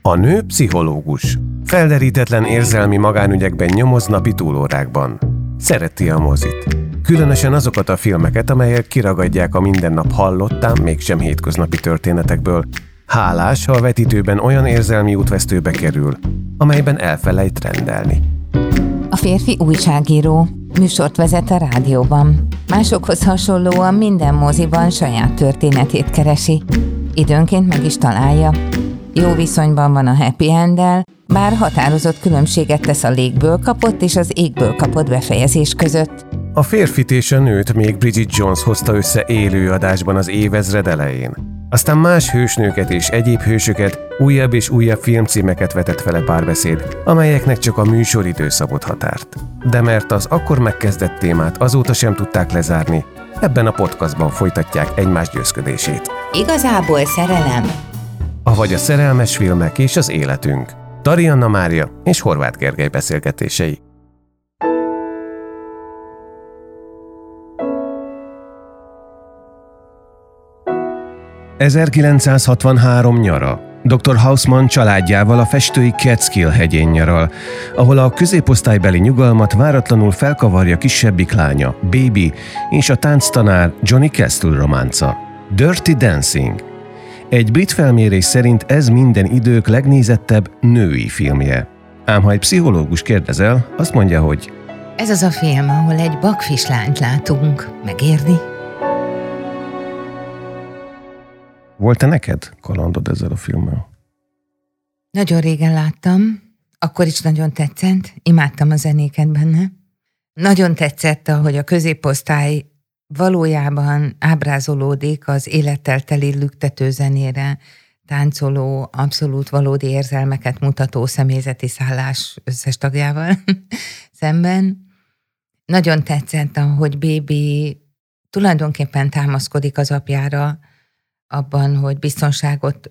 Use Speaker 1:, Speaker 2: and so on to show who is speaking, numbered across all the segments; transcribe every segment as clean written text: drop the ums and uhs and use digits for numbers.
Speaker 1: A nő pszichológus. Felderítetlen érzelmi magánügyekben nyomoz napi túlórákban. Szereti a mozit. Különösen azokat a filmeket, amelyek kiragadják a mindennap hallottán, mégsem hétköznapi történetekből. Hálás, ha a vetítőben olyan érzelmi útvesztőbe kerül, amelyben elfelejt rendelni.
Speaker 2: A férfi újságíró, műsort vezet a rádióban. Másokhoz hasonlóan minden moziban saját történetét keresi. Időnként meg is találja. Jó viszonyban van a happy enddel, bár határozott különbséget tesz a légből kapott és az égből kapott befejezés között.
Speaker 1: A férfit és a nőt még Bridget Jones hozta össze élő adásban az évezred elején. Aztán más hősnőket és egyéb hősöket, újabb és újabb filmcímeket vetett vele párbeszéd, amelyeknek csak a műsoridő szabott határt. De mert az akkor megkezdett témát azóta sem tudták lezárni, ebben a podcastban folytatják egymás győzködését.
Speaker 2: Igazából szerelem.
Speaker 1: Avagy a szerelmes filmek és az életünk. Tari Anna Mária és Horváth Gergely beszélgetései. ...1963 nyara. Dr. Haussmann családjával a festői Catskill hegyén nyaral, ahol a középosztálybeli nyugalmat váratlanul felkavarja kisebbik lánya, Baby, és a tánctanár Johnny Castle románca. Dirty Dancing. Egy brit felmérés szerint ez minden idők legnézettebb női filmje. Ám ha egy pszichológus kérdezel, azt mondja, hogy...
Speaker 2: Ez az a film, ahol egy bakfis lányt látunk. Megérni?
Speaker 1: Volt-e neked kalandod ezzel a filmmel?
Speaker 2: Nagyon régen láttam, akkor is nagyon tetszett, imádtam a zenéket benne. Nagyon tetszett, ahogy a középosztály valójában ábrázolódik az élettel teli lüktető zenére, táncoló, abszolút valódi érzelmeket mutató személyzeti szállás összes tagjával szemben. Nagyon tetszett, ahogy Baby tulajdonképpen támaszkodik az apjára abban, hogy biztonságot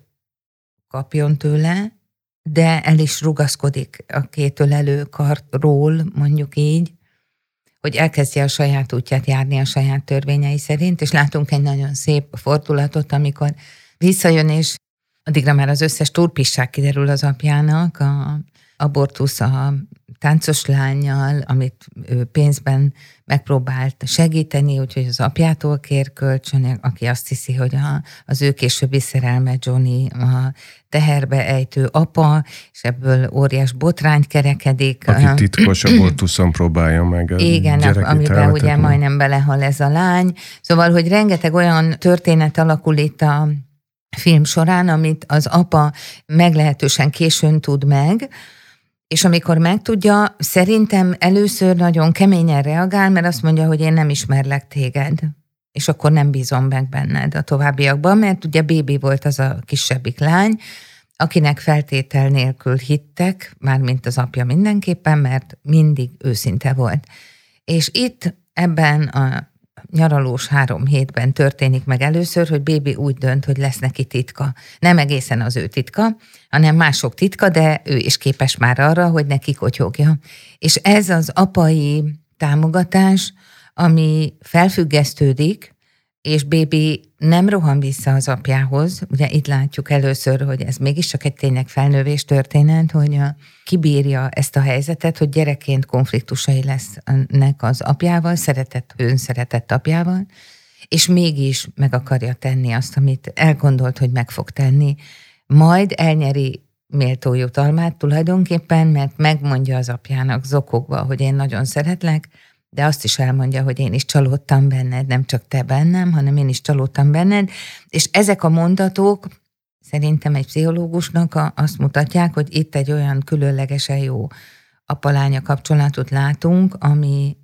Speaker 2: kapjon tőle, de el is rugaszkodik a két ölelő karról, mondjuk így, hogy elkezdje a saját útját járni a saját törvényei szerint, és látunk egy nagyon szép fordulatot, amikor visszajön, és addigra már az összes turpisság kiderül az apjának, a abortusz a táncos lánnyal, amit ő pénzben megpróbált segíteni, úgyhogy az apjától kér kölcsön, aki azt hiszi, hogy az ő későbbi szerelme Johnny a teherbe ejtő apa, és ebből óriás botrány kerekedik.
Speaker 1: Aki titkos abortuszon próbálja meg
Speaker 2: igen, amiben ugye majdnem belehal ez a lány. Szóval, hogy rengeteg olyan történet alakul itt a film során, amit az apa meglehetősen későn tud meg, és amikor megtudja, szerintem először nagyon keményen reagál, mert azt mondja, hogy én nem ismerlek téged, és akkor nem bízom meg benned a továbbiakban, mert ugye Baby volt az a kisebbik lány, akinek feltétel nélkül hittek, mármint az apja mindenképpen, mert mindig őszinte volt. És itt ebben a nyaralós 3 hétben történik meg először, hogy Baby úgy dönt, hogy lesz neki titka. Nem egészen az ő titka, hanem mások titka, de ő is képes már arra, hogy neki kotyogja. És ez az apai támogatás, ami felfüggesztődik, és Baby nem rohan vissza az apjához. Ugye itt látjuk először, hogy ez mégiscsak egy tényleg felnövés történet, hogy kibírja ezt a helyzetet, hogy gyerekként konfliktusai lesznek az apjával, önszeretett apjával, és mégis meg akarja tenni azt, amit elgondolt, hogy meg fog tenni. Majd elnyeri méltó jutalmát tulajdonképpen, mert megmondja az apjának zokogva, hogy én nagyon szeretlek, de azt is elmondja, hogy én is csalódtam benned, nem csak te bennem, hanem én is csalódtam benned, és ezek a mondatok szerintem egy pszichológusnak azt mutatják, hogy itt egy olyan különlegesen jó apa-lánya kapcsolatot látunk, ami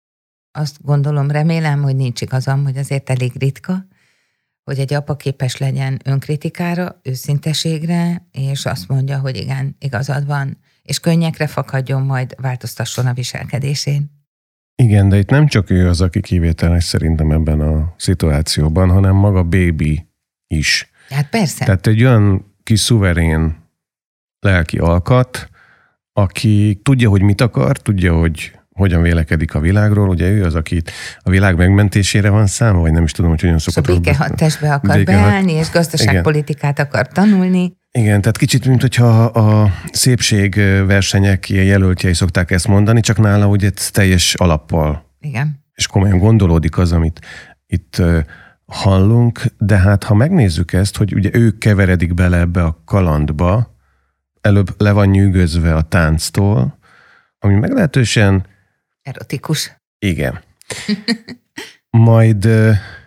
Speaker 2: azt gondolom, remélem, hogy nincs igazam, hogy azért elég ritka, hogy egy apa képes legyen önkritikára, őszinteségre, és azt mondja, hogy igen, igazad van, és könnyekre fakadjon, majd változtasson a viselkedésén.
Speaker 1: Igen, de itt nem csak ő az, aki kivételes szerintem ebben a szituációban, hanem maga Baby is.
Speaker 2: Hát persze.
Speaker 1: Tehát egy olyan kis szuverén lelki alkat, aki tudja, hogy mit akar, tudja, hogy hogyan vélekedik a világról. Ugye ő az, aki a világ megmentésére van számva, vagy nem is tudom, hogy hogyan szokott.
Speaker 2: Békehadtestbe akar beállni, és gazdaságpolitikát akar tanulni.
Speaker 1: Igen, tehát kicsit, mint hogyha a szépségversenyek ilyen jelöltjei szokták ezt mondani, csak nála ugye teljes alappal.
Speaker 2: Igen.
Speaker 1: És komolyan gondolódik az, amit itt hallunk, de hát ha megnézzük ezt, hogy ugye ők keveredik bele ebbe a kalandba, előbb le van nyűgözve a tánctól, ami meglehetősen...
Speaker 2: erotikus.
Speaker 1: Igen. Majd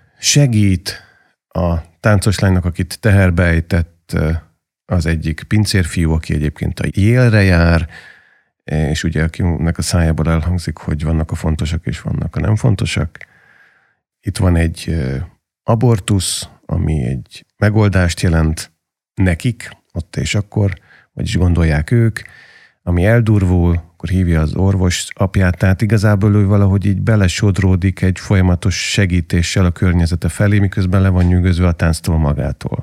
Speaker 1: segít a táncos lánynak, akit teherbe ejtett az egyik pincérfiú, aki egyébként a Yale-re jár, és ugye akinek a szájából elhangzik, hogy vannak a fontosak és vannak a nem fontosak. Itt van egy abortusz, ami egy megoldást jelent nekik, ott és akkor, vagyis gondolják ők, ami eldurvul, akkor hívja az orvos apját, tehát igazából ő valahogy így belesodródik egy folyamatos segítéssel a környezete felé, miközben le van nyűgözve a tánctól magától.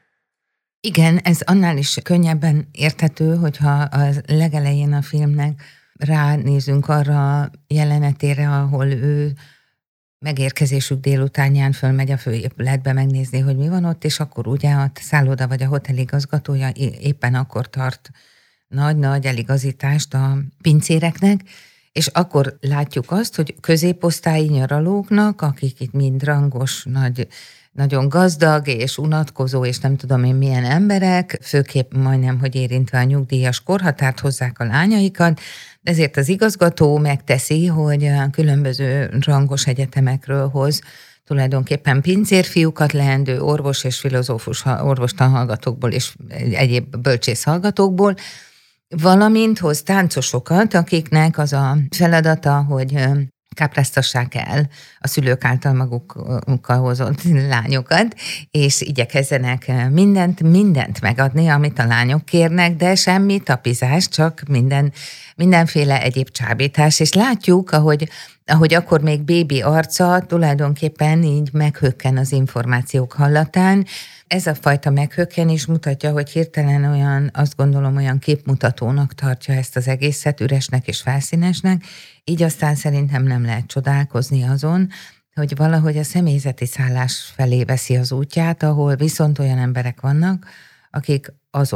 Speaker 2: Igen, ez annál is könnyebben érthető, hogyha a legelején a filmnek ránézünk arra a jelenetére, ahol ő megérkezésük délutánján fölmegy a főépületbe megnézni, hogy mi van ott, és akkor ugye a szálloda vagy a hotel igazgatója éppen akkor tart nagy-nagy eligazítást a pincéreknek, és akkor látjuk azt, hogy középosztályi nyaralóknak, akik itt mind rangos, nagyon gazdag és unatkozó, és nem tudom én milyen emberek, főképp majdnem, hogy érintve a nyugdíjas korhatárt hozzák a lányaikat, ezért az igazgató megteszi, hogy a különböző rangos egyetemekről hoz tulajdonképpen pincérfiúkat, leendő orvos és filozófus orvostanhallgatókból és egyéb bölcsész hallgatókból, valamint hoz táncosokat, akiknek az a feladata, hogy kápráztassák el a szülők által magukkal hozott lányokat, és igyekezzenek mindent megadni, amit a lányok kérnek, de semmi tapizás, csak mindenféle egyéb csábítás. És látjuk, ahogy akkor még bébi arca tulajdonképpen így meghökken az információk hallatán. Ez a fajta meghökkenés mutatja, hogy hirtelen azt gondolom, olyan képmutatónak tartja ezt az egészet, üresnek és felszínesnek, így aztán szerintem nem lehet csodálkozni azon, hogy valahogy a személyzeti szállás felé veszi az útját, ahol viszont olyan emberek vannak, akik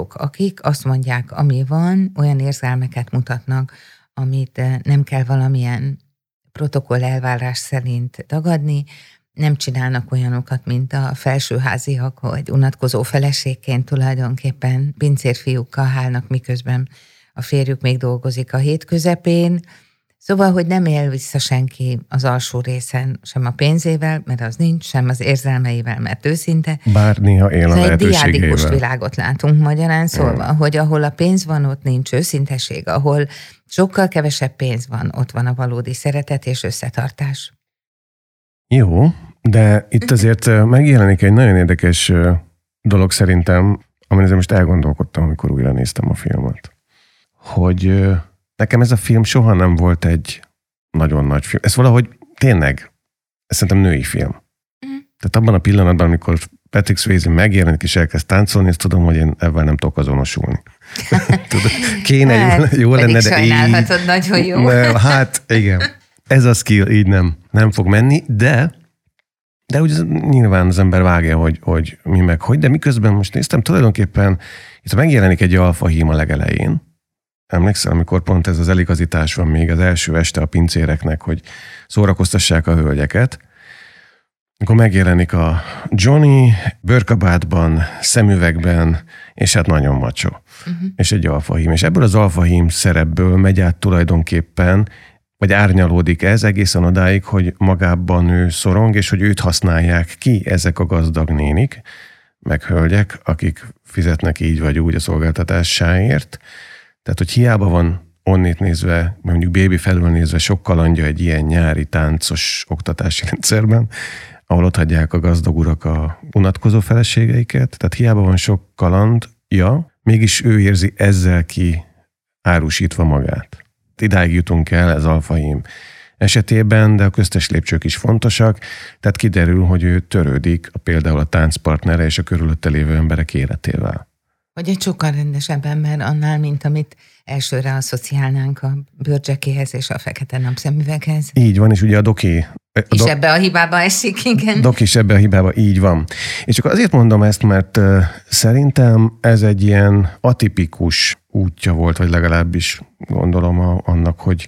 Speaker 2: azt mondják, ami van, olyan érzelmeket mutatnak, amit nem kell valamilyen protokoll elvárás szerint tagadni, nem csinálnak olyanokat, mint a felsőháziak, hogy unatkozó feleségként tulajdonképpen pincérfiúkkal hálnak, miközben a férjük még dolgozik a hét közepén. Szóval, hogy nem él vissza senki az alsó részen, sem a pénzével, mert az nincs, sem az érzelmeivel, mert őszinte.
Speaker 1: Bár néha él a lehetőségével.
Speaker 2: Egy diádikus világot látunk magyarán szólva, hogy ahol a pénz van, ott nincs őszinteség, ahol sokkal kevesebb pénz van, ott van a valódi szeretet és összetartás.
Speaker 1: Jó, de itt azért megjelenik egy nagyon érdekes dolog szerintem, amin most elgondolkodtam, amikor újra néztem a filmet. Hogy nekem ez a film soha nem volt egy nagyon nagy film. Ez valahogy tényleg, ez szerintem női film. Tehát abban a pillanatban, amikor Patrick Swayze megjelenik és elkezd táncolni, ezt tudom, hogy én ebben nem tudok azonosulni. Kéne, jó lenne, de így.
Speaker 2: Nagyon jó.
Speaker 1: Hát igen. Ez a skill így nem fog menni, de ugye nyilván az ember vágja, hogy mi meg hogy, de miközben most néztem, tulajdonképpen itt megjelenik egy alfahím a legelején. Emlékszel, amikor pont ez az eligazítás van még az első este a pincéreknek, hogy szórakoztassák a hölgyeket, akkor megjelenik a Johnny bőrkabátban, szemüvegben, és hát nagyon macsó. És egy alfahím. És ebből az alfahím szerepből megy át tulajdonképpen, vagy árnyalódik ez egészen odáig, hogy magában ő szorong, és hogy őt használják ki ezek a gazdag nénik, meg hölgyek, akik fizetnek így vagy úgy a szolgáltatásáért. Tehát, hogy hiába van onnét nézve, mondjuk bébi felül nézve sok kalandja egy ilyen nyári táncos oktatási rendszerben, ahol ott hagyják a gazdag urak a unatkozó feleségeiket, tehát hiába van sok kalandja, mégis ő érzi ezzel ki árusítva magát. Idáig jutunk el, ez alfahím esetében, de a köztes lépcsők is fontosak, tehát kiderül, hogy ő törődik például a táncpartnere és a körülötte lévő emberek életével.
Speaker 2: Vagy egy sokkal rendesebb ember annál, mint amit elsőre asszociálnánk a bőrcsekéhez és a fekete napszemüveghez.
Speaker 1: Így van, és ugye a doki
Speaker 2: És ebbe a hibába esik, igen.
Speaker 1: Doc is ebbe a hibába, így van. És csak azért mondom ezt, mert szerintem ez egy ilyen atipikus útja volt, vagy legalábbis gondolom annak, hogy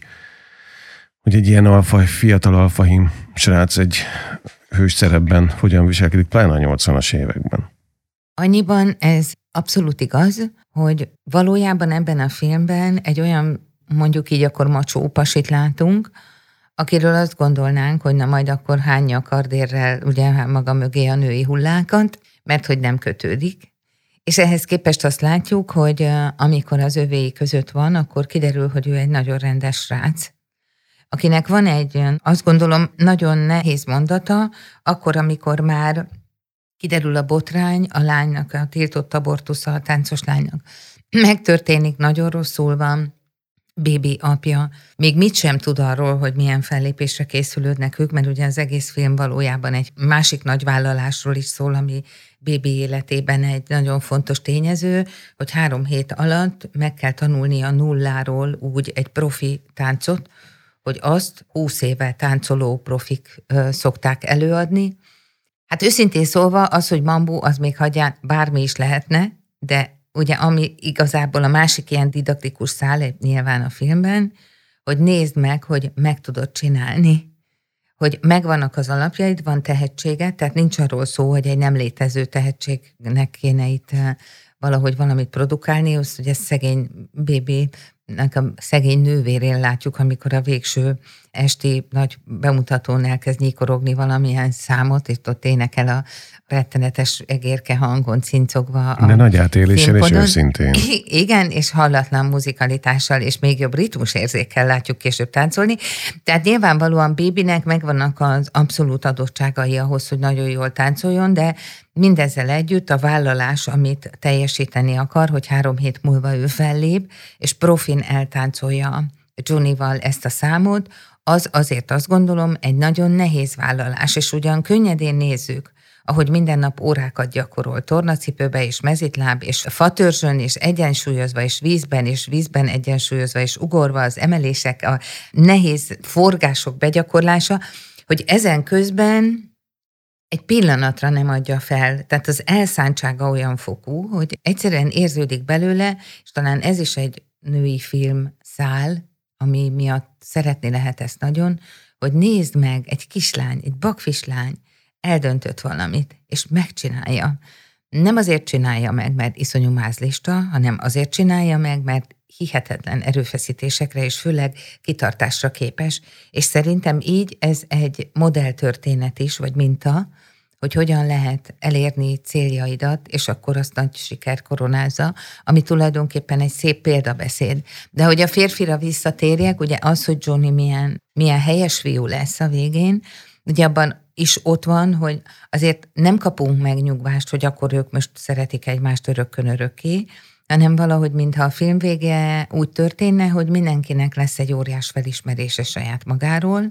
Speaker 1: egy ilyen fiatal alfahím srác egy hős szerepben hogyan viselkedik, pláne a 80-as években.
Speaker 2: Annyiban ez abszolút igaz, hogy valójában ebben a filmben egy olyan, mondjuk így akkor macsó pasit látunk, akiről azt gondolnánk, hogy na majd akkor hányja a kardérrel ugye maga mögé a női hullákat, mert hogy nem kötődik. És ehhez képest azt látjuk, hogy amikor az övéi között van, akkor kiderül, hogy ő egy nagyon rendes srác, akinek van egy, azt gondolom, nagyon nehéz mondata, akkor, amikor már kiderül a botrány, a lánynak, a tiltott abortusza, a táncos lánynak megtörténik, nagyon rosszul van, Bébi apja még mit sem tud arról, hogy milyen fellépésre készülődnek ők, mert ugye az egész film valójában egy másik nagy vállalásról is szól, ami Bébi életében egy nagyon fontos tényező, hogy 3 hét alatt meg kell tanulnia nulláról úgy egy profi táncot, hogy azt 20 éve táncoló profik szokták előadni. Hát őszintén szólva az, hogy Mambo, az még hagyján bármi is lehetne, de ugye ami igazából a másik ilyen didaktikus szál nyilván a filmben, hogy nézd meg, hogy meg tudod csinálni. Hogy megvannak az alapjaid, van tehetséged, tehát nincs arról szó, hogy egy nem létező tehetségnek kéne itt valahogy valamit produkálni, azt ugye szegény Bébinek a szegény nővérén látjuk, amikor a végső esti nagy bemutatón elkezd nyikorogni valamilyen számot, és ott énekel a rettenetes egérke hangon cincogva.
Speaker 1: De nagy átéléssel és őszintén.
Speaker 2: Igen, és hallatlan muzikalitással, és még jobb ritmusérzékkel látjuk később táncolni. Tehát nyilvánvalóan Bébinek megvannak az abszolút adottságai ahhoz, hogy nagyon jól táncoljon, de mindezzel együtt a vállalás, amit teljesíteni akar, hogy 3 hét múlva ő fellép, és profin eltáncolja Johnnyval ezt a számot, az azért azt gondolom egy nagyon nehéz vállalás, és ugyan könnyedén nézzük, ahogy minden nap órákat gyakorol tornacipőbe, és mezitláb, és fatörzsön, és egyensúlyozva, és vízben egyensúlyozva, és ugorva az emelések, a nehéz forgások begyakorlása, hogy ezen közben egy pillanatra nem adja fel. Tehát az elszántsága olyan fokú, hogy egyszerűen érződik belőle, és talán ez is egy női film szál, ami miatt szeretni lehet ezt nagyon, hogy nézd meg, egy kislány, egy bakfislány eldöntött valamit, és megcsinálja. Nem azért csinálja meg, mert iszonyú mázlista, hanem azért csinálja meg, mert hihetetlen erőfeszítésekre és főleg kitartásra képes, és szerintem így ez egy modelltörténet is, vagy minta, hogy hogyan lehet elérni céljaidat, és akkor azt nagy siker koronázza, ami tulajdonképpen egy szép példabeszéd. De hogy a férfira visszatérjek, ugye az, hogy Johnny milyen helyes fiú lesz a végén, ugye abban is ott van, hogy azért nem kapunk meg nyugvást, hogy akkor ők most szeretik egymást örökkön örökké, hanem valahogy mintha a film vége úgy történne, hogy mindenkinek lesz egy óriás felismerése saját magáról.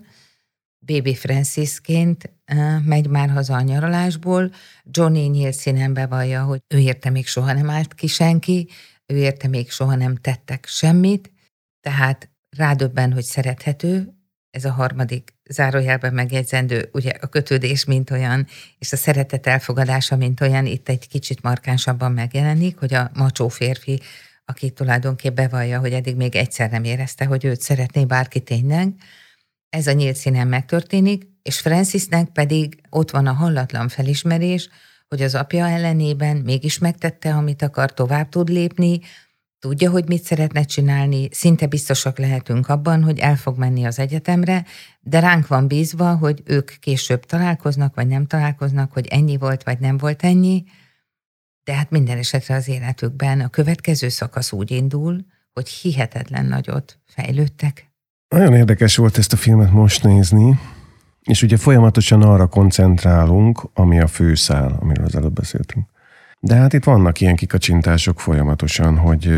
Speaker 2: Baby Francisként megy már haza a nyaralásból, Johnny nyílt színen bevallja, hogy ő érte még soha nem állt ki senki, ő érte még soha nem tettek semmit, tehát rádöbben, hogy szerethető, ez a harmadik zárójelben megjegyzendő, ugye a kötődés mint olyan, és a szeretet elfogadása mint olyan itt egy kicsit markánsabban megjelenik, hogy a macsó férfi, aki tulajdonképpen bevallja, hogy eddig még egyszer nem érezte, hogy őt szeretné bárki tényleg, ez a nyílt színen megtörténik, és Francisnek pedig ott van a hallatlan felismerés, hogy az apja ellenében mégis megtette, amit akar, tovább tud lépni, tudja, hogy mit szeretne csinálni, szinte biztosak lehetünk abban, hogy el fog menni az egyetemre, de ránk van bízva, hogy ők később találkoznak, vagy nem találkoznak, hogy ennyi volt, vagy nem volt ennyi, de hát minden esetre az életükben a következő szakasz úgy indul, hogy hihetetlen nagyot fejlődtek.
Speaker 1: Nagyon érdekes volt ezt a filmet most nézni, és ugye folyamatosan arra koncentrálunk, ami a főszál, amiről az előbb beszéltünk. De hát itt vannak ilyen kikacsintások folyamatosan, hogy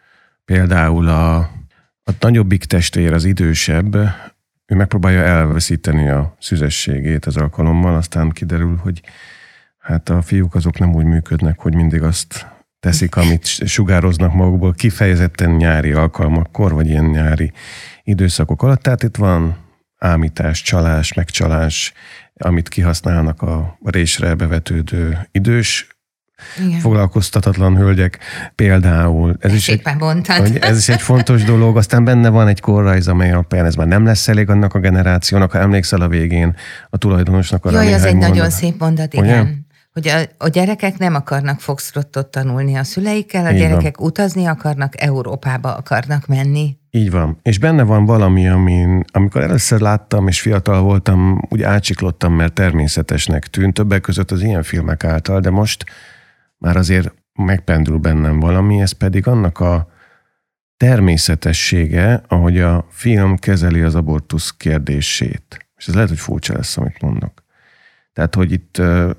Speaker 1: például a nagyobbik testvér, az idősebb, ő megpróbálja elveszíteni a szüzességét az alkalommal, aztán kiderül, hogy hát a fiúk azok nem úgy működnek, hogy mindig azt teszik, amit sugároznak magukból, kifejezetten nyári alkalmakkor, vagy ilyen nyári időszakok alatt. Tehát itt van ámítás, csalás, megcsalás, amit kihasználnak a résre bevetődő idős, igen, foglalkoztatatlan hölgyek például. Ez is egy fontos dolog. Aztán benne van egy korrajz, amely alapján ez már nem lesz elég annak a generációnak. Ha emlékszel a végén a tulajdonosnak arra.
Speaker 2: Jaj, az egy nagyon szép mondat, igen. Hogy a gyerekek nem akarnak foxtrottot tanulni a szüleikkel, a gyerekek van, utazni akarnak, Európába akarnak menni.
Speaker 1: Így van. És benne van valami, amikor először láttam, és fiatal voltam, úgy átsiklottam, mert természetesnek tűnt, többek között az ilyen filmek által, de most már azért megpendül bennem valami, ez pedig annak a természetessége, ahogy a film kezeli az abortusz kérdését. És ez lehet, hogy furcsa lesz, amit mondok. Tehát, hogy itt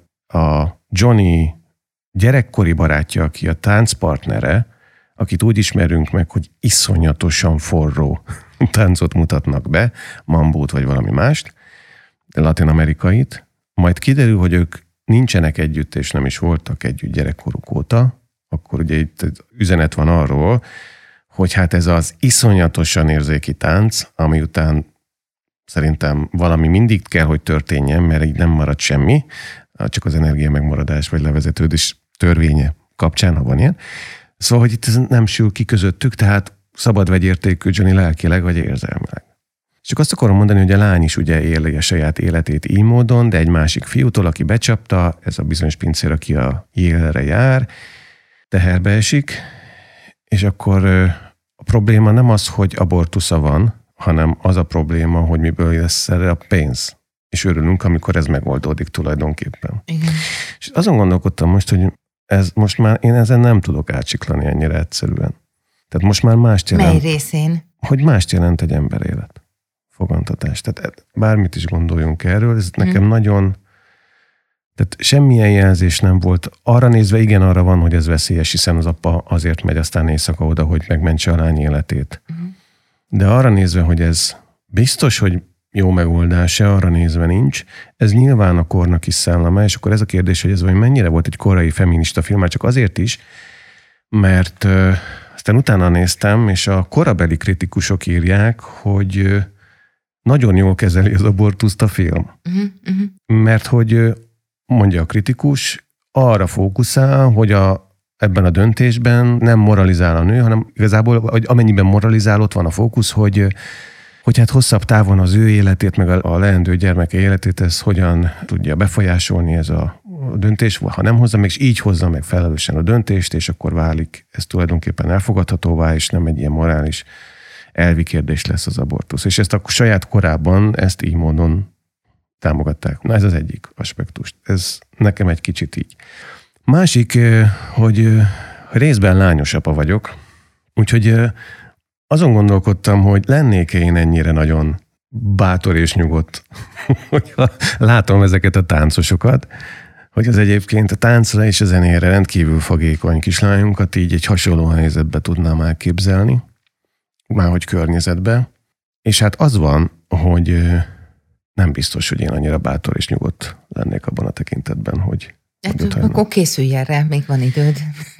Speaker 1: a Johnny gyerekkori barátja, aki a táncpartnere, akit úgy ismerünk meg, hogy iszonyatosan forró táncot mutatnak be, mambót vagy valami mást, latin-amerikait, majd kiderül, hogy ők nincsenek együtt, és nem is voltak együtt gyerekkoruk óta, akkor ugye itt üzenet van arról, hogy hát ez az iszonyatosan érzéki tánc, ami után szerintem valami mindig kell, hogy történjen, mert így nem marad semmi, csak az energia megmaradás vagy levezetődés törvénye kapcsán, ha van ilyen. Szóval, hogy itt ez nem sül ki közöttük, tehát szabad vegyértékű Johnny lelkileg vagy érzelmileg. Csak azt akarom mondani, hogy a lány is ugye éli a saját életét így módon, de egy másik fiútól, aki becsapta, ez a bizonyos pincér, aki a Yale-re jár, teherbe esik, és akkor a probléma nem az, hogy abortusza van, hanem az a probléma, hogy miből lesz erre a pénz. És örülünk, amikor ez megoldódik tulajdonképpen.
Speaker 2: Igen.
Speaker 1: És azon gondolkodtam most, hogy most már én ezen nem tudok átsiklani ennyire egyszerűen. Tehát most már mást jelent.
Speaker 2: Mely részén?
Speaker 1: Hogy mást jelent egy emberélet. Fogantatás. Tehát bármit is gondoljunk erről, ez nekem nagyon... Tehát semmilyen jelzés nem volt. Arra nézve igen, arra van, hogy ez veszélyes, hiszen az apa azért megy aztán éjszaka oda, hogy megmentse a lány életét. De arra nézve, hogy ez biztos, hogy jó megoldás-e, arra nézve nincs. Ez nyilván a kornak is szelleme, és akkor ez a kérdés, hogy ez vagy mennyire volt egy korai feminista film, már csak azért is, mert aztán utána néztem, és a korabeli kritikusok írják, hogy nagyon jól kezeli az abortuszt a film. Mert hogy mondja a kritikus, arra fókuszál, hogy ebben a döntésben nem moralizál a nő, hanem igazából, hogy amennyiben moralizál, ott van a fókusz, hogy hát hosszabb távon az ő életét, meg a leendő gyermeke életét, ez hogyan tudja befolyásolni ez a döntés, ha nem hozza meg, és így hozza meg felelősen a döntést, és akkor válik ez tulajdonképpen elfogadhatóvá, és nem egy ilyen morális elvi kérdés lesz az abortusz. És ezt a saját korában ezt így módon támogatták. Na ez az egyik aspektus. Ez nekem egy kicsit így. Másik, hogy részben lányos apa vagyok, úgyhogy azon gondolkodtam, hogy lennék én ennyire nagyon bátor és nyugodt, hogyha látom ezeket a táncosokat, hogy az egyébként a táncra és a zenére rendkívül fogékony kislányunkat így egy hasonló helyzetbe tudnám elképzelni, márhogy környezetbe. És hát az van, hogy nem biztos, hogy én annyira bátor és nyugodt lennék abban a tekintetben, hogy...
Speaker 2: Akkor készülj erre, még van időd.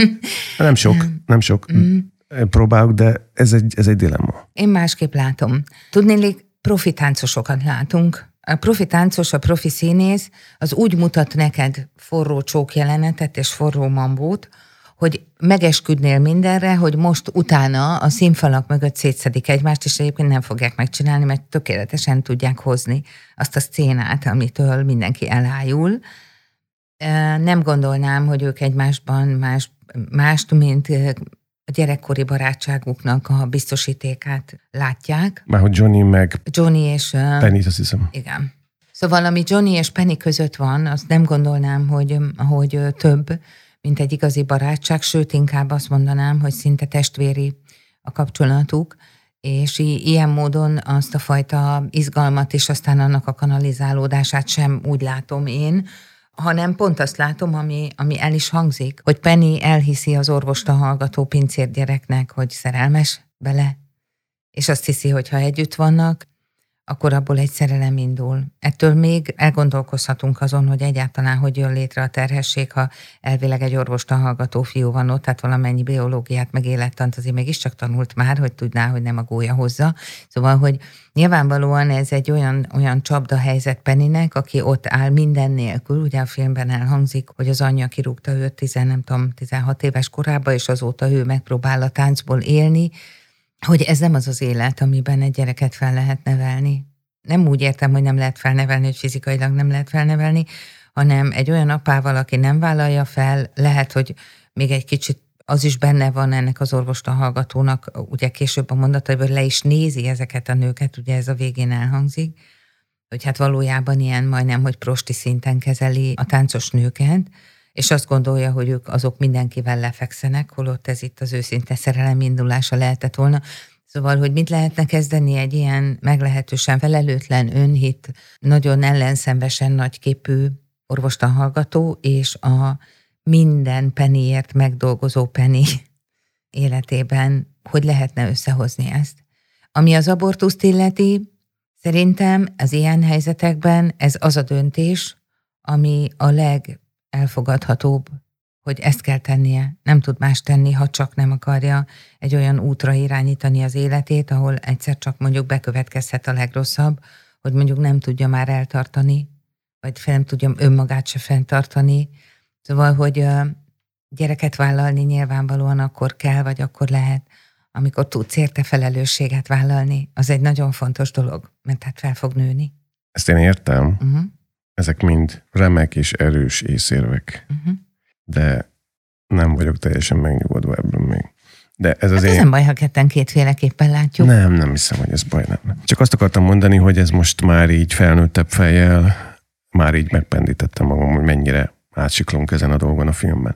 Speaker 1: Nem sok. Próbálok, de ez egy dilemma.
Speaker 2: Én másképp látom. Tudnélik, profi táncosokat látunk. A profi táncos, a profi színész az úgy mutat neked forró csókjelenetet és forró mambót, hogy megesküdnél mindenre, hogy most utána a színfalak mögött szétszedik egymást, és egyébként nem fogják megcsinálni, mert tökéletesen tudják hozni azt a szcénát, amitől mindenki elájul. Nem gondolnám, hogy ők egymásban mást, mint a gyerekkori barátságuknak a biztosítékát látják.
Speaker 1: Márhogy Johnny és Penny, azt hiszem.
Speaker 2: Igen. Szóval ami Johnny és Penny között van, azt nem gondolnám, hogy több, mint egy igazi barátság, sőt inkább azt mondanám, hogy szinte testvéri a kapcsolatuk, és ilyen módon azt a fajta izgalmat és aztán annak a kanalizálódását sem úgy látom én, hanem pont azt látom, ami el is hangzik, hogy Penny elhiszi az orvosta hallgató pincérgyereknek, hogy szerelmes bele, és azt hiszi, hogy ha együtt vannak, akkor abból egy szerelem indul. Ettől még elgondolkozhatunk azon, hogy egyáltalán hogy jön létre a terhesség, ha elvileg egy orvostan hallgató fiú van ott, tehát valamennyi biológiát, meg élettant azért mégiscsak tanult már, hogy tudná, hogy nem a gólya hozza. Szóval, hogy nyilvánvalóan ez egy olyan csapda helyzet Pennynek, aki ott áll minden nélkül. Ugye a filmben elhangzik, hogy az anyja kirúgta őt 16 éves korában, és azóta ő megpróbál a táncból élni, hogy ez nem az az élet, amiben egy gyereket fel lehet nevelni. Nem úgy értem, hogy nem lehet felnevelni, hogy fizikailag nem lehet felnevelni, hanem egy olyan apával, aki nem vállalja fel, lehet, hogy még egy kicsit az is benne van ennek az orvostan hallgatónak, ugye később a mondataiból le is nézi ezeket a nőket, ugye ez a végén elhangzik, hogy hát valójában ilyen majdnem, hogy prosti szinten kezeli a táncos nőket, és azt gondolja, hogy ők azok mindenkivel lefekszenek, holott ez itt az őszinte szerelem indulása lehetett volna. Szóval, hogy mit lehetne kezdeni egy ilyen meglehetősen felelőtlen önhit, nagyon ellenszenvesen nagyképű orvostan hallgató, és a minden Pennyért megdolgozó Penny életében, hogy lehetne összehozni ezt. Ami az abortuszt illeti, szerintem az ilyen helyzetekben ez az a döntés, ami a elfogadhatóbb, hogy ezt kell tennie, nem tud más tenni, ha csak nem akarja egy olyan útra irányítani az életét, ahol egyszer csak mondjuk bekövetkezhet a legrosszabb, hogy mondjuk nem tudja már eltartani, vagy nem tudja önmagát se fenntartani. Szóval, hogy gyereket vállalni nyilvánvalóan akkor kell, vagy akkor lehet, amikor tudsz érte felelősséget vállalni. Az egy nagyon fontos dolog, mert hát fel fog nőni.
Speaker 1: Ezt én értem. Ezek mind remek és erős észérvek. De nem vagyok teljesen megnyugodva ebből még. De ez
Speaker 2: hát ez nem baj, ha ketten kétféleképpen látjuk.
Speaker 1: Nem hiszem, hogy ez baj lenne. Csak azt akartam mondani, hogy ez most már így felnőttebb fejjel, már így megpendítettem magam, hogy mennyire átsiklunk ezen a dolgon a filmben.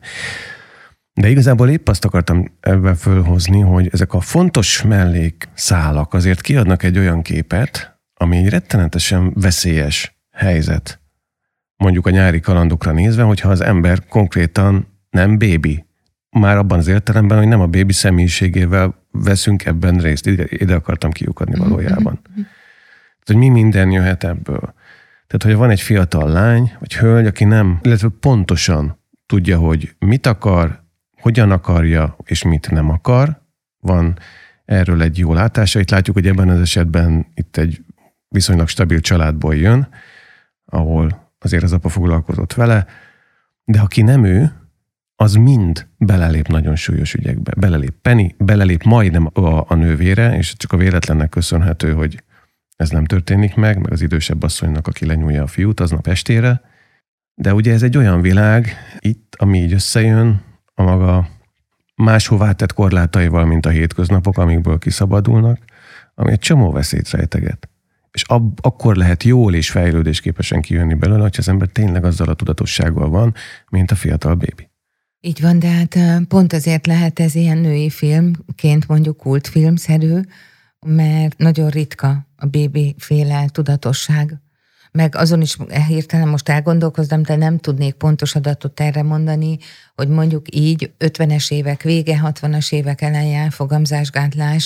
Speaker 1: De igazából épp azt akartam ebben fölhozni, hogy ezek a fontos mellékszálak azért kiadnak egy olyan képet, ami egy rettenetesen veszélyes helyzet. Mondjuk a nyári kalandokra nézve, hogyha az ember konkrétan nem bébi. Már abban az értelemben, hogy nem a bébi személyiségével veszünk ebben részt. Ide akartam kiukadni valójában. Tehát, hogy mi minden jöhet ebből. Tehát, hogyha van egy fiatal lány, vagy hölgy, aki nem, illetve pontosan tudja, hogy mit akar, hogyan akarja, és mit nem akar, van erről egy jó látása. Itt látjuk, hogy ebben az esetben itt egy viszonylag stabil családból jön, ahol azért az apa foglalkozott vele, de aki nem ő, az mind belelép nagyon súlyos ügyekbe. Belelép Penny, belelép majdnem a nővére, és csak a véletlennek köszönhető, hogy ez nem történik meg az idősebb asszonynak, aki lenyúlja a fiút aznap estére. De ugye ez egy olyan világ itt, ami így összejön a maga máshová tett korlátaival, mint a hétköznapok, amikből kiszabadulnak, ami egy csomó veszélyt rejteget. És akkor lehet jól és fejlődésképesen kijönni belőle, hogyha az ember tényleg azzal a tudatossággal van, mint a fiatal bébi.
Speaker 2: Így van, de hát pont azért lehet ez ilyen női filmként mondjuk kultfilmszerű, mert nagyon ritka a bébi-féle tudatosság. Meg azon is hirtelen most elgondolkoztam, de nem tudnék pontos adatot erre mondani, hogy mondjuk így 50-es évek vége, 60-as évek eleje elfogamzásgátlás,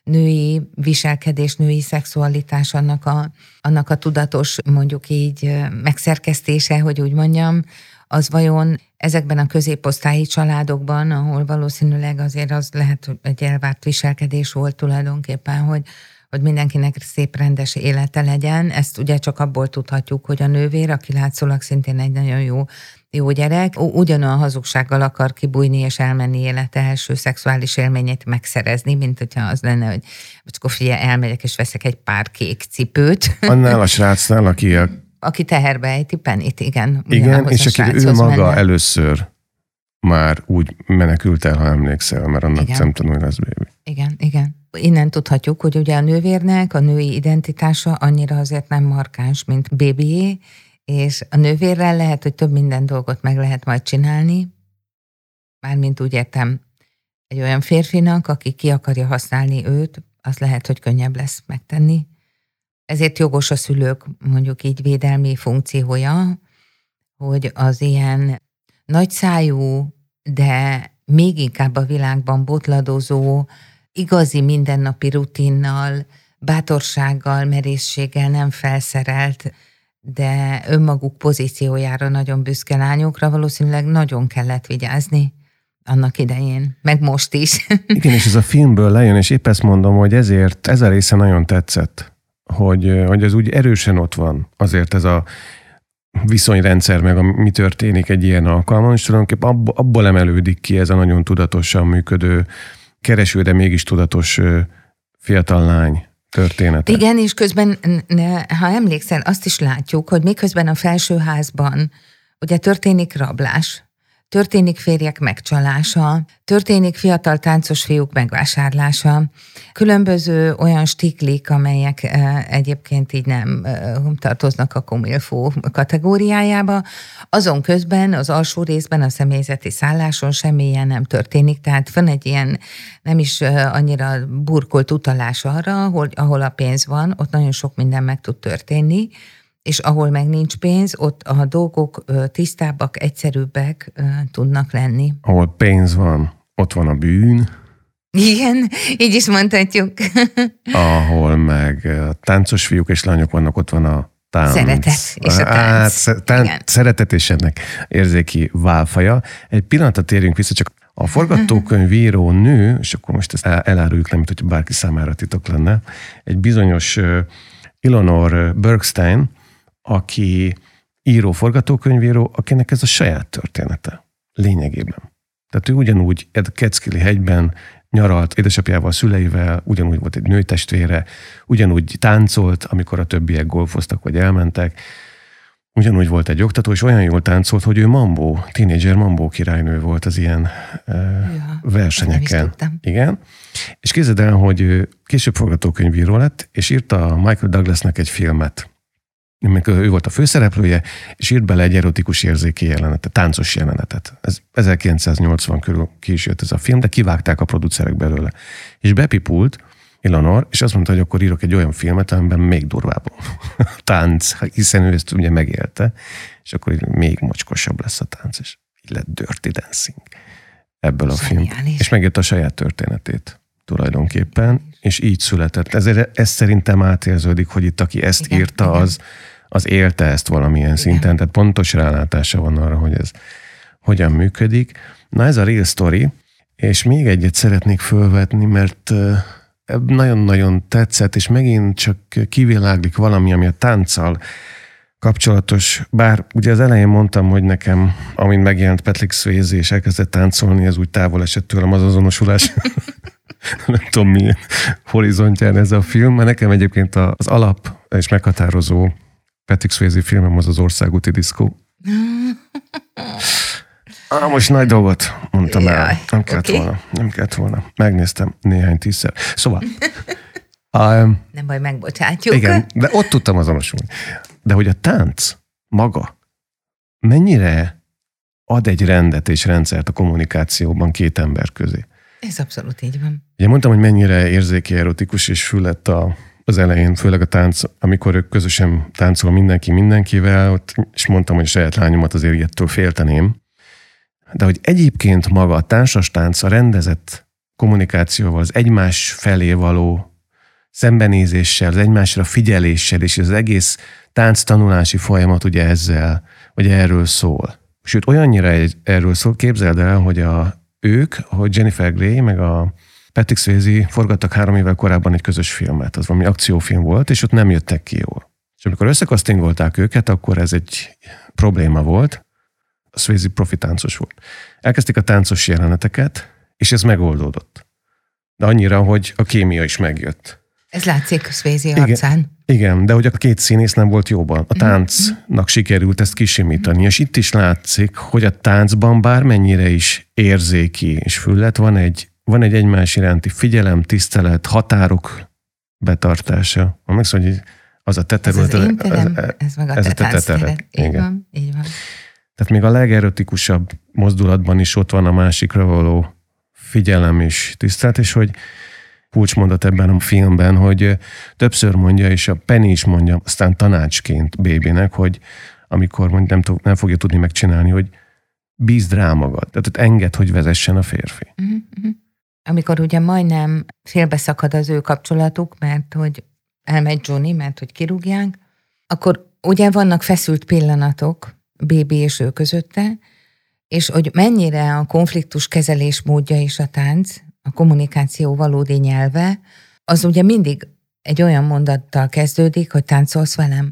Speaker 2: női viselkedés, női szexualitás, annak a tudatos, mondjuk így megszerkesztése, hogy úgy mondjam, az vajon ezekben a középosztályi családokban, ahol valószínűleg azért az lehet, hogy egy elvárt viselkedés volt tulajdonképpen, hogy mindenkinek szép rendes élete legyen. Ezt ugye csak abból tudhatjuk, hogy a nővér, aki látszólag szintén egy nagyon jó gyerek, ugyanolyan hazugsággal akar kibújni és elmenni élete első szexuális élményét megszerezni, mint hogyha az lenne, hogy akkor figyelj, elmegyek és veszek egy pár kék cipőt.
Speaker 1: Annál a srácnál, aki
Speaker 2: teherbe ejti Pennyt, igen.
Speaker 1: Igen, és aki ő maga először már úgy menekült el, ha emlékszel, mert annak szemtanúi lesz bébi.
Speaker 2: Igen. Innen tudhatjuk, hogy ugye a nővérnek a női identitása annyira azért nem markáns, mint bébié, és a nővérrel lehet, hogy több minden dolgot meg lehet majd csinálni, mármint úgy értem, egy olyan férfinak, aki ki akarja használni őt, az lehet, hogy könnyebb lesz megtenni. Ezért jogos a szülők mondjuk így védelmi funkciója, hogy az ilyen nagyszájú, de még inkább a világban botladozó, igazi mindennapi rutinnal bátorsággal, merészséggel nem felszerelt, de önmaguk pozíciójára nagyon büszke lányokra valószínűleg nagyon kellett vigyázni annak idején, meg most is.
Speaker 1: Igen, és ez a filmből lejön, és épp ezt mondom, hogy ezért ez a része nagyon tetszett, hogy ez úgy erősen ott van. Azért ez a viszonyrendszer, meg mi történik egy ilyen alkalmon, és tulajdonképpen abból emelődik ki ez a nagyon tudatosan működő, kereső, de mégis tudatos fiatal lány története.
Speaker 2: Igen, és közben, ha emlékszel, azt is látjuk, hogy miközben a felsőházban ugye történik rablás, történik férjek megcsalása, történik fiatal táncos fiúk megvásárlása, különböző olyan stiklik, amelyek egyébként így nem tartoznak a komilfó kategóriájába, azon közben az alsó részben a személyzeti szálláson semmilyen nem történik, tehát van egy ilyen nem is annyira burkolt utalás arra, hogy ahol a pénz van, ott nagyon sok minden meg tud történni, és ahol meg nincs pénz, ott a dolgok tisztábbak, egyszerűbbek tudnak lenni.
Speaker 1: Ahol pénz van, ott van a bűn.
Speaker 2: Igen, így is mondhatjuk.
Speaker 1: Ahol meg táncos fiúk és lányok vannak, ott van a tánc.
Speaker 2: Szeretet és a tánc.
Speaker 1: Szeretet és ennek érzéki válfaja. Egy pillanatra térjünk vissza, csak a forgatókönyvíró nő, és akkor most ezt eláruljuk, nem, mint hogy bárki számára titok lenne, egy bizonyos Eleanor Bergstein, aki író-forgatókönyvíró, akinek ez a saját története lényegében. Tehát ő ugyanúgy Catskill hegyben nyaralt édesapjával, szüleivel, ugyanúgy volt egy nőtestvére, ugyanúgy táncolt, amikor a többiek golfoztak vagy elmentek, ugyanúgy volt egy oktató, és olyan jól táncolt, hogy ő tínédzser mambó királynő volt az ilyen versenyeken. Igen. És képzeld el, hogy ő később forgatókönyvíró lett, és írta Michael Douglasnak egy filmet. Ő volt a főszereplője, és írt bele egy erotikus érzéki jelenetet, táncos jelenetet. Ez 1980 körül ki is jött ez a film, de kivágták a producerek belőle. És bepipult Eleanor, és azt mondta, hogy akkor írok egy olyan filmet, amiben még durvább tánc, hiszen ő ezt ugye megélte, és akkor még mocskosabb lesz a tánc, és így lett Dirty Dancing ebből a film. És megjött a saját történetét tulajdonképpen, és így született. Ezért ez szerintem átérződik, hogy itt aki ezt írta, az élte ezt valamilyen szinten, tehát pontos rálátása van arra, hogy ez hogyan működik. Na ez a real story, és még egyet szeretnék fölvetni, mert nagyon-nagyon tetszett, és megint csak kiviláglik valami, ami a tánccal kapcsolatos, bár ugye az elején mondtam, hogy nekem, amint megjelent Patrick Swayze és elkezdett táncolni, ez úgy távol esett tőlem az azonosulás. Nem tudom milyen horizontján ez a film, mert nekem egyébként az alap és meghatározó Patrick Swayze filmem az Országúti Diszkó. Most nagy dolgot mondtam el. Nem kellett volna. Megnéztem néhány tízszer. Szóval.
Speaker 2: Nem baj, megbocsátjuk.
Speaker 1: Igen, de ott tudtam azonosulni. De hogy a tánc maga mennyire ad egy rendet és rendszert a kommunikációban két ember közé.
Speaker 2: Ez abszolút így van.
Speaker 1: Ugye mondtam, hogy mennyire érzéki, erotikus és fülett az elején, főleg a tánc, amikor ők közösen táncol mindenki mindenkivel, ott, és mondtam, hogy a saját lányomat azért ilyettől félteném. De hogy egyébként maga a társas tánc, a rendezett kommunikációval, az egymás felé való szembenézéssel, az egymásra figyeléssel, és az egész tánctanulási folyamat ugye ezzel, vagy erről szól. Sőt, olyannyira erről szól, képzeld el, hogy hogy Jennifer Grey meg a Patrick Swayze forgattak 3 évvel korábban egy közös filmet, az valami akciófilm volt, és ott nem jöttek ki jól. És amikor összekasztingolták őket, akkor ez egy probléma volt. A Swayze profi táncos volt. Elkezdték a táncos jeleneteket, és ez megoldódott. De annyira, hogy a kémia is megjött.
Speaker 2: Ez látszik a Swayze arcán.
Speaker 1: Igen, de hogy a két színész nem volt jóban. A táncnak sikerült ezt kisimítani, és itt is látszik, hogy a táncban bármennyire is érzéki és füllet, van egy egymás iránti figyelem, tisztelet, határok betartása. Megszól, hogy az a teterület.
Speaker 2: Ez az én terem, ez meg a te táncteret. Így van.
Speaker 1: Tehát még a legerotikusabb mozdulatban is ott van a másikra való figyelem és tisztelet, és hogy kulcsmondat ebben a filmben, hogy többször mondja, és a Penny is mondja, aztán tanácsként Babynek, hogy amikor nem fogja tudni megcsinálni, hogy bízd rá magad. Tehát engedd, hogy vezessen a férfi.
Speaker 2: Amikor ugye majdnem félbeszakad az ő kapcsolatuk, mert hogy elmegy Johnny, mert hogy kirúgják, akkor ugye vannak feszült pillanatok Bébi és ő közötte, és hogy mennyire a konfliktus kezelés módja és a tánc, a kommunikáció valódi nyelve, az ugye mindig egy olyan mondattal kezdődik, hogy táncolsz velem.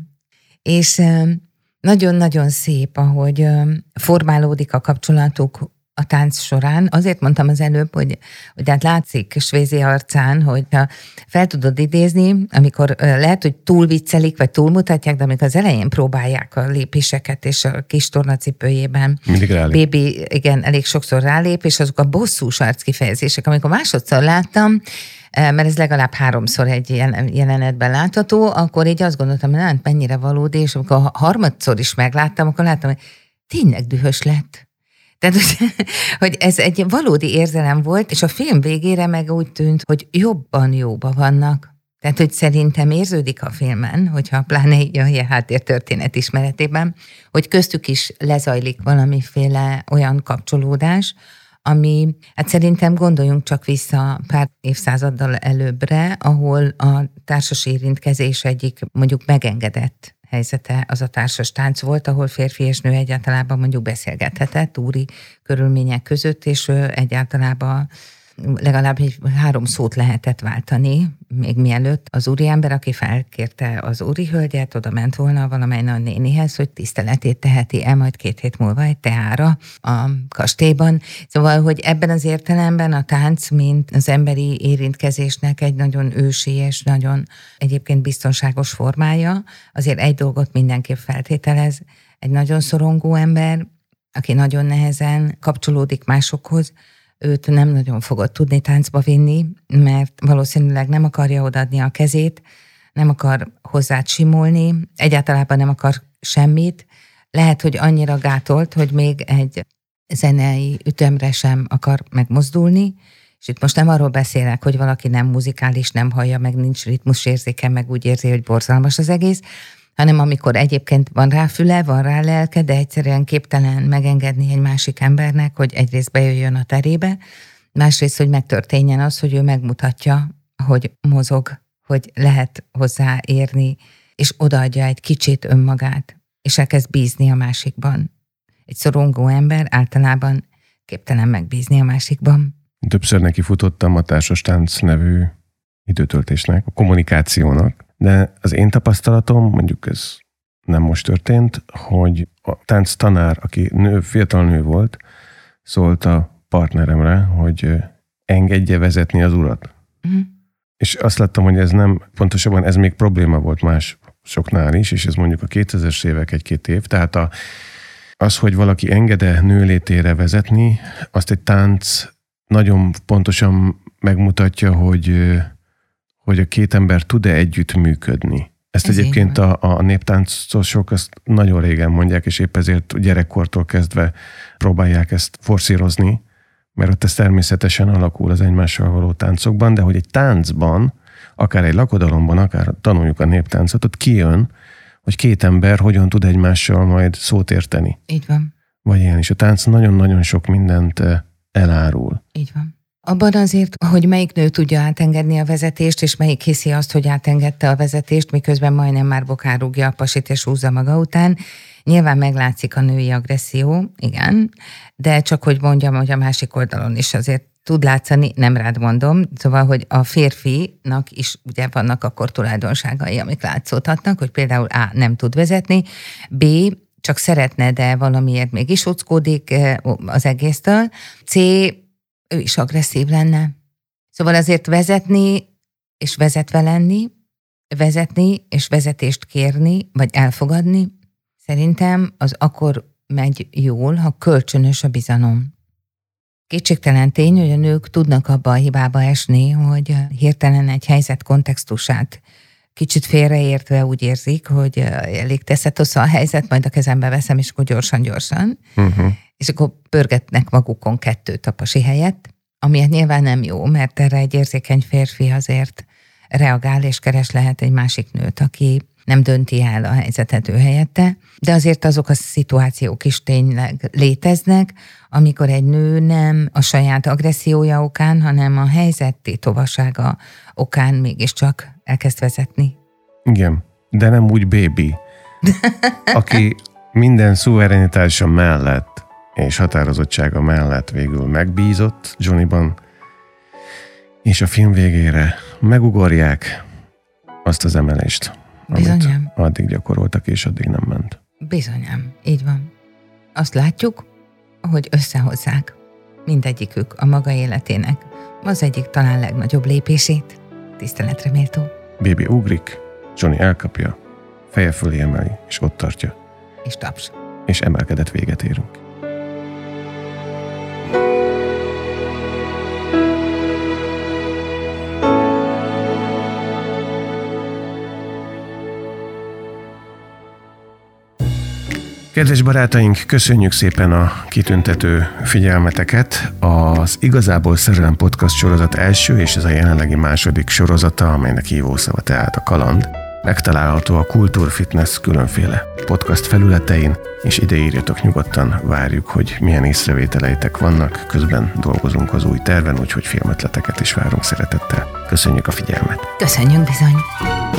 Speaker 2: És nagyon-nagyon szép, ahogy formálódik a kapcsolatuk a tánc során. Azért mondtam az előbb, hogy hát látszik Swayze arcán, hogy fel tudod idézni, amikor lehet, hogy túl viccelik, vagy túlmutatják, de amikor az elején próbálják a lépéseket, és a kis tornacipőjében
Speaker 1: mindig rálép.
Speaker 2: Bébi, igen, elég sokszor rálép, és azok a bosszús arckifejezések, amikor másodszor láttam, mert ez legalább 3-szor egy jelenetben látható, akkor így azt gondoltam, hogy hát mennyire valódi, és amikor harmadszor is megláttam, akkor láttam, hogy tényleg dühös lett. Tehát, hogy ez egy valódi érzelem volt, és a film végére meg úgy tűnt, hogy jobban jóba vannak. Tehát, hogy szerintem érződik a filmen, hogyha pláne így a háttértörténet ismeretében, hogy köztük is lezajlik valamiféle olyan kapcsolódás, ami, hát szerintem gondoljunk csak vissza pár évszázaddal előbbre, ahol a társas érintkezés egyik mondjuk megengedett helyzete az a társas tánc volt, ahol férfi és nő egyáltalában mondjuk beszélgethetett úri körülmények között, és egyáltalában legalább 3 szót lehetett váltani, még mielőtt az úriember, aki felkérte az úri hölgyet, oda ment volna valamely nagy nénihez, hogy tiszteletét teheti el majd 2 hét múlva egy teára a kastélyban. Szóval, hogy ebben az értelemben a tánc, mint az emberi érintkezésnek egy nagyon ősi és nagyon egyébként biztonságos formája, azért egy dolgot mindenképp feltételez, egy nagyon szorongó ember, aki nagyon nehezen kapcsolódik másokhoz, őt nem nagyon fogod tudni táncba vinni, mert valószínűleg nem akarja odaadni a kezét, nem akar hozzád simulni, egyáltalában nem akar semmit. Lehet, hogy annyira gátolt, hogy még egy zenei ütemre sem akar megmozdulni, és itt most nem arról beszélek, hogy valaki nem muzikális, nem hallja, meg nincs ritmusérzéke, meg úgy érzi, hogy borzalmas az egész, hanem amikor egyébként van rá füle, van rá lelke, de egyszerűen képtelen megengedni egy másik embernek, hogy egyrészt bejöjjön a terébe, másrészt, hogy megtörténjen az, hogy ő megmutatja, hogy mozog, hogy lehet hozzáérni, és odaadja egy kicsit önmagát, és elkezd bízni a másikban. Egy szorongó ember általában képtelen megbízni a másikban.
Speaker 1: Többször neki futottam a társas tánc nevű időtöltésnek, a kommunikációnak, de az én tapasztalatom, mondjuk ez nem most történt, hogy a tánc tanár, aki fiatal nő volt, szólt a partneremre, hogy engedje vezetni az urat. Uh-huh. És azt láttam, hogy ez nem, pontosabban ez még probléma volt másoknál is, és ez mondjuk a 2000-es évek 1-2 év, tehát az, hogy valaki enged-e nőlétére vezetni, azt egy tánc nagyon pontosan megmutatja, hogy a 2 ember tud-e együtt működni. Ezt ez egyébként a néptáncosok azt nagyon régen mondják, és épp ezért gyerekkortól kezdve próbálják ezt forszírozni, mert ott ez természetesen alakul az egymással való táncokban, de hogy egy táncban, akár egy lakodalomban, akár tanuljuk a néptáncot, ott kijön, hogy 2 ember hogyan tud egymással majd szót érteni.
Speaker 2: Így van.
Speaker 1: Vagy ilyen is. A tánc nagyon-nagyon sok mindent elárul.
Speaker 2: Így van. Abban azért, hogy melyik nő tudja átengedni a vezetést, és melyik hiszi azt, hogy átengedte a vezetést, miközben majdnem már bokán rúgja a pasit és húzza maga után. Nyilván meglátszik a női agresszió, igen, de csak hogy mondjam, hogy a másik oldalon is azért tud látszani, nem rád mondom, szóval, hogy a férfinak is ugye vannak akkor tulajdonságai, amik látszódhatnak, hogy például A. nem tud vezetni, B. csak szeretne, de valamiért mégis ockódik az egésztől, C. ő is agresszív lenne. Szóval azért vezetni és vezetve lenni, vezetni és vezetést kérni, vagy elfogadni, szerintem az akkor megy jól, ha kölcsönös a bizalom. Kétségtelen tény, hogy a nők tudnak abba a hibába esni, hogy hirtelen egy helyzet kontextusát kicsit félreértve úgy érzik, hogy elég teszetosz a helyzet, majd a kezembe veszem, és akkor gyorsan. Uh-huh. És akkor pörgetnek magukon 2 tapasi helyett, ami nyilván nem jó, mert erre egy érzékeny férfi azért reagál, és keres lehet egy másik nőt, aki nem dönti el a helyzetet ő helyette, de azért azok a szituációk is tényleg léteznek, amikor egy nő nem a saját agressziója okán, hanem a helyzet tétovasága okán mégiscsak elkezd vezetni.
Speaker 1: Igen, de nem úgy Baby, aki minden szuverenitása mellett és határozottsága mellett végül megbízott Johnnyban, és a film végére megugorják azt az emelést, amit addig gyakoroltak, és addig nem ment.
Speaker 2: Bizonyám, így van. Azt látjuk, hogy összehozzák mindegyikük a maga életének az egyik talán legnagyobb lépését. Tiszteletre méltó.
Speaker 1: Baby ugrik, Johnny elkapja, feje fölé emeli, és ott tartja.
Speaker 2: És taps.
Speaker 1: És emelkedett véget érünk. Kedves barátaink, köszönjük szépen a kitüntető figyelmeteket. Az Igazából Szerelem podcast sorozat első és ez a jelenlegi második sorozata, amelynek hívószava tehát a kaland, megtalálható a Kultúrfitness különféle podcast felületein, és ide írjatok nyugodtan, várjuk, hogy milyen észrevételeitek vannak, közben dolgozunk az új terven, úgyhogy filmötleteket is várunk szeretettel. Köszönjük a figyelmet!
Speaker 2: Köszönjük bizony!